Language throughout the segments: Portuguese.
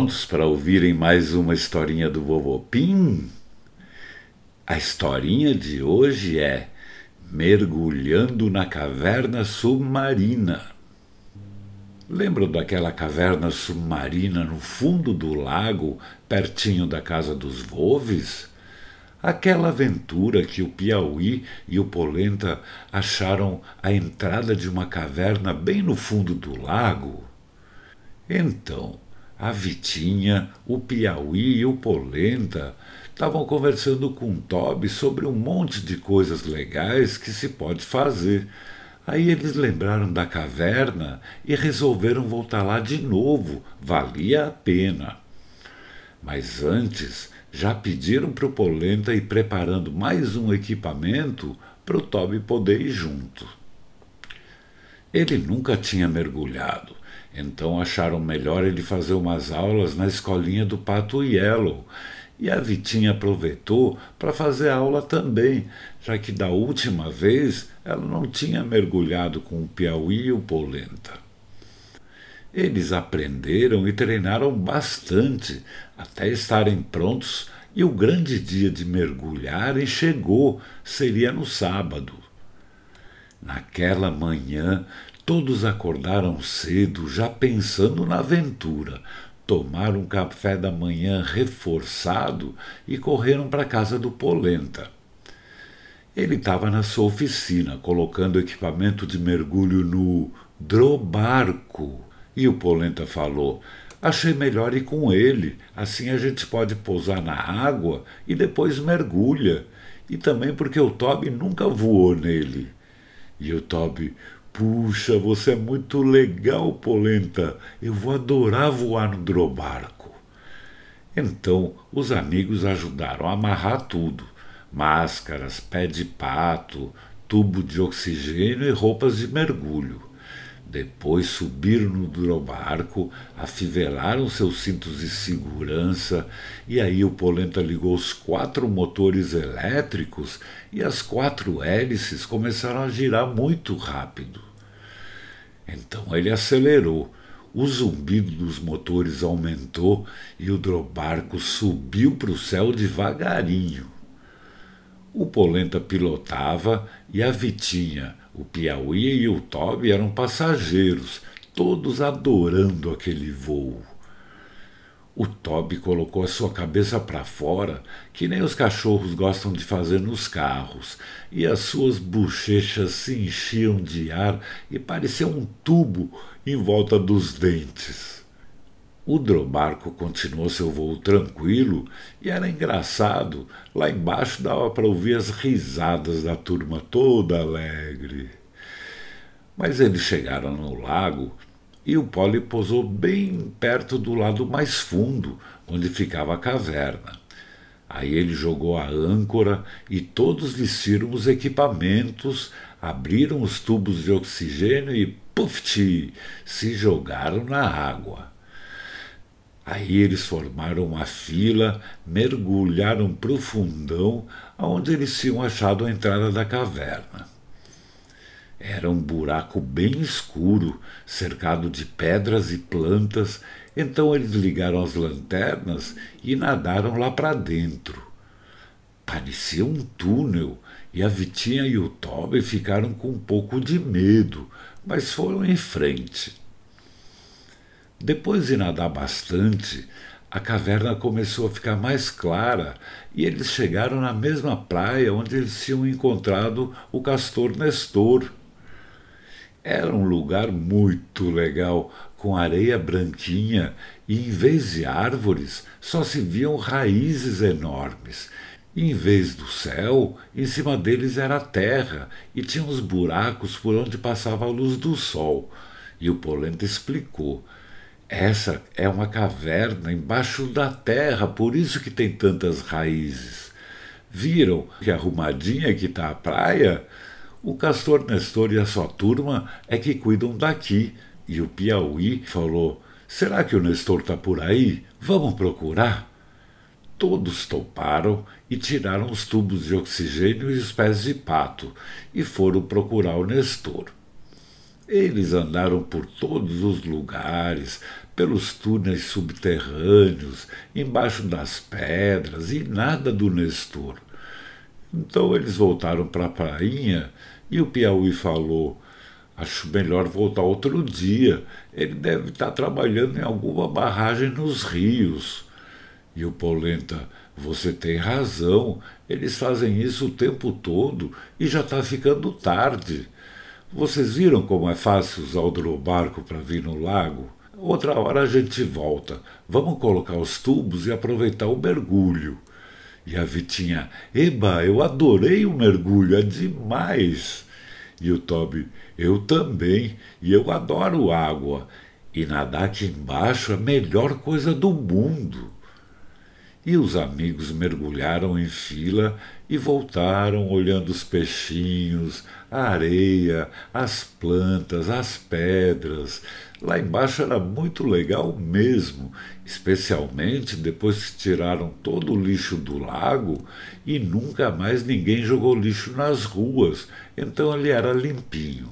prontos para ouvirem mais uma historinha do Vovô Pim? A historinha de hoje é Mergulhando na Caverna Submarina. Lembram daquela caverna submarina no fundo do lago, pertinho da casa dos Volves? Aquela aventura que o Piauí e o Polenta acharam a entrada de uma caverna bem no fundo do lago? Então, a Vitinha, o Piauí e o Polenta estavam conversando com o Toby sobre um monte de coisas legais que se pode fazer. Aí eles lembraram da caverna e resolveram voltar lá de novo. Valia a pena. Mas antes, já pediram para o Polenta ir preparando mais um equipamento para o Toby poder ir junto. Ele nunca tinha mergulhado, então acharam melhor ele fazer umas aulas na escolinha do Pato Yellow. E a Vitinha aproveitou para fazer aula também, já que da última vez ela não tinha mergulhado com o Piauí e o Polenta. Eles aprenderam e treinaram bastante, até estarem prontos, e o grande dia de mergulharem chegou, seria no sábado. Naquela manhã, todos acordaram cedo, já pensando na aventura. Tomaram um café da manhã reforçado e correram para a casa do Polenta. Ele estava na sua oficina, colocando equipamento de mergulho no drobarco. E o Polenta falou: achei melhor ir com ele, assim a gente pode pousar na água e depois mergulha. E também porque o Toby nunca voou nele. E o Toby: puxa, você é muito legal, Polenta. Eu vou adorar voar no drobarco. Então, os amigos ajudaram a amarrar tudo: máscaras, pé de pato, tubo de oxigênio e roupas de mergulho. Depois subiram no drobarco, afivelaram seus cintos de segurança, e aí o Polenta ligou os 4 motores elétricos e as 4 hélices começaram a girar muito rápido. Então ele acelerou. O zumbido dos motores aumentou e o drobarco subiu para o céu devagarinho. O Polenta pilotava e a Vitinha, o Piauí e o Toby eram passageiros, todos adorando aquele voo. O Toby colocou a sua cabeça para fora, que nem os cachorros gostam de fazer nos carros, e as suas bochechas se enchiam de ar e parecia um tubo em volta dos dentes. O drobarco continuou seu voo tranquilo e era engraçado. Lá embaixo dava para ouvir as risadas da turma toda alegre. Mas eles chegaram no lago e o Polly pousou bem perto do lado mais fundo, onde ficava a caverna. Aí ele jogou a âncora e todos vestiram os equipamentos, abriram os tubos de oxigênio e, puff, se jogaram na água. Aí eles formaram uma fila, mergulharam para o fundão, onde eles tinham achado a entrada da caverna. Era um buraco bem escuro, cercado de pedras e plantas, então eles ligaram as lanternas e nadaram lá para dentro. Parecia um túnel, e a Vitinha e o Toby ficaram com um pouco de medo, mas foram em frente. Depois de nadar bastante, a caverna começou a ficar mais clara e eles chegaram na mesma praia onde eles tinham encontrado o Castor Nestor. Era um lugar muito legal, com areia branquinha e, em vez de árvores, só se viam raízes enormes. E, em vez do céu, em cima deles era a terra e tinha uns buracos por onde passava a luz do sol. E o Polenta explicou: essa é uma caverna embaixo da terra, por isso que tem tantas raízes. Viram que arrumadinha que está a praia? O Castor Nestor e a sua turma é que cuidam daqui. E o Piauí falou: será que o Nestor está por aí? Vamos procurar? Todos toparam e tiraram os tubos de oxigênio e os pés de pato e foram procurar o Nestor. Eles andaram por todos os lugares, pelos túneis subterrâneos, embaixo das pedras e nada do Nestor. Então eles voltaram para a prainha e o Piauí falou: acho melhor voltar outro dia. Ele deve estar trabalhando em alguma barragem nos rios. E o Polenta: você tem razão. Eles fazem isso o tempo todo e já está ficando tarde. Vocês viram como é fácil usar o drobarco para vir no lago? Outra hora a gente volta. Vamos colocar os tubos e aproveitar o mergulho. E a Vitinha: eba, eu adorei o mergulho, é demais. E o Toby: eu também, e eu adoro água. E nadar aqui embaixo é a melhor coisa do mundo. E os amigos mergulharam em fila e voltaram olhando os peixinhos, a areia, as plantas, as pedras. Lá embaixo era muito legal mesmo, especialmente depois que tiraram todo o lixo do lago e nunca mais ninguém jogou lixo nas ruas, então ele era limpinho.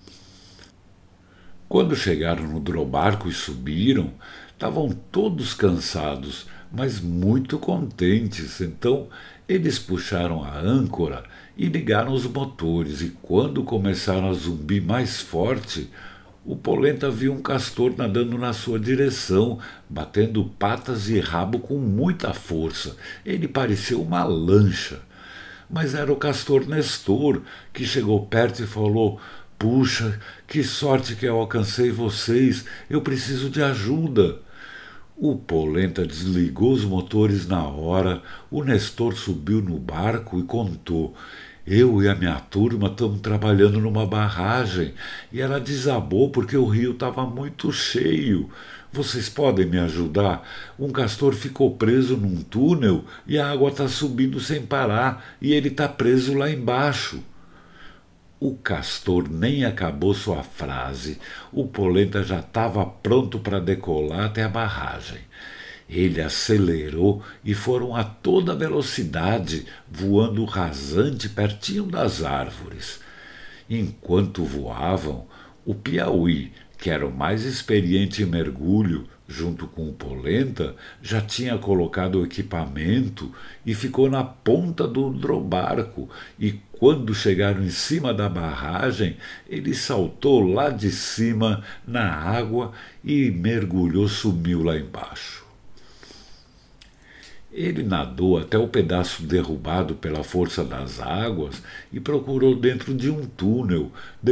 Quando chegaram no drobarco e subiram, estavam todos cansados, mas muito contentes. Então eles puxaram a âncora e ligaram os motores. E quando começaram a zumbir mais forte, o Polenta viu um castor nadando na sua direção, batendo patas e rabo com muita força. Ele parecia uma lancha. Mas era o castor Nestor, que chegou perto e falou: puxa, que sorte que eu alcancei vocês, eu preciso de ajuda. O Polenta desligou os motores na hora, o Nestor subiu no barco e contou: eu e a minha turma estamos trabalhando numa barragem e ela desabou porque o rio estava muito cheio. Vocês podem me ajudar? Um castor ficou preso num túnel e a água está subindo sem parar e ele está preso lá embaixo. O castor nem acabou sua frase. O Polenta já estava pronto para decolar até a barragem. Ele acelerou e foram a toda velocidade, voando rasante pertinho das árvores. Enquanto voavam, o Piauí, que era o mais experiente em mergulho, junto com o Polenta, já tinha colocado o equipamento e ficou na ponta do drobarco. E quando chegaram em cima da barragem, ele saltou lá de cima na água e mergulhou, sumiu lá embaixo. Ele nadou até o pedaço derrubado pela força das águas e procurou dentro de um túnel,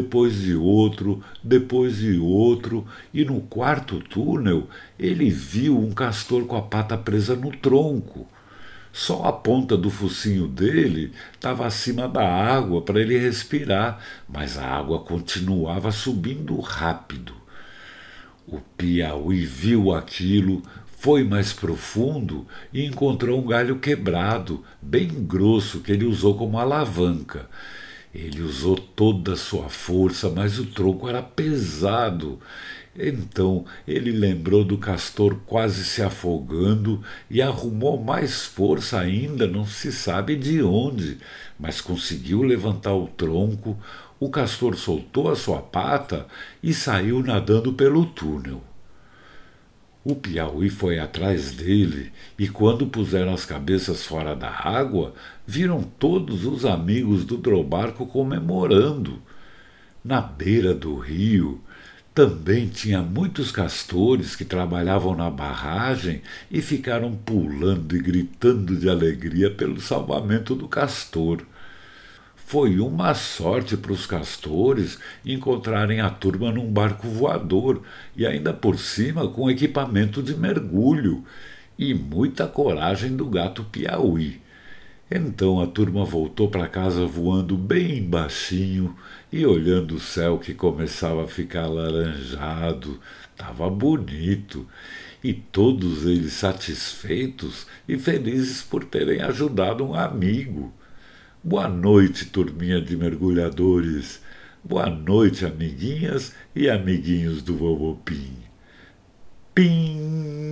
depois de outro, e no quarto túnel ele viu um castor com a pata presa no tronco. Só a ponta do focinho dele estava acima da água para ele respirar, mas a água continuava subindo rápido. O Piauí viu aquilo, foi mais profundo e encontrou um galho quebrado, bem grosso, que ele usou como alavanca. Ele usou toda a sua força, mas o tronco era pesado. Então ele lembrou do castor quase se afogando e arrumou mais força ainda, não se sabe de onde, mas conseguiu levantar o tronco. O castor soltou a sua pata e saiu nadando pelo túnel. O Piauí foi atrás dele e, quando puseram as cabeças fora da água, viram todos os amigos do drobarco comemorando. Na beira do rio também tinha muitos castores que trabalhavam na barragem e ficaram pulando e gritando de alegria pelo salvamento do castor. Foi uma sorte para os castores encontrarem a turma num barco voador e ainda por cima com equipamento de mergulho e muita coragem do gato Piauí. Então a turma voltou para casa voando bem baixinho e olhando o céu que começava a ficar alaranjado. Estava bonito. E todos eles satisfeitos e felizes por terem ajudado um amigo. Boa noite, turminha de mergulhadores. Boa noite, amiguinhas e amiguinhos do Vovô Pim. Pim!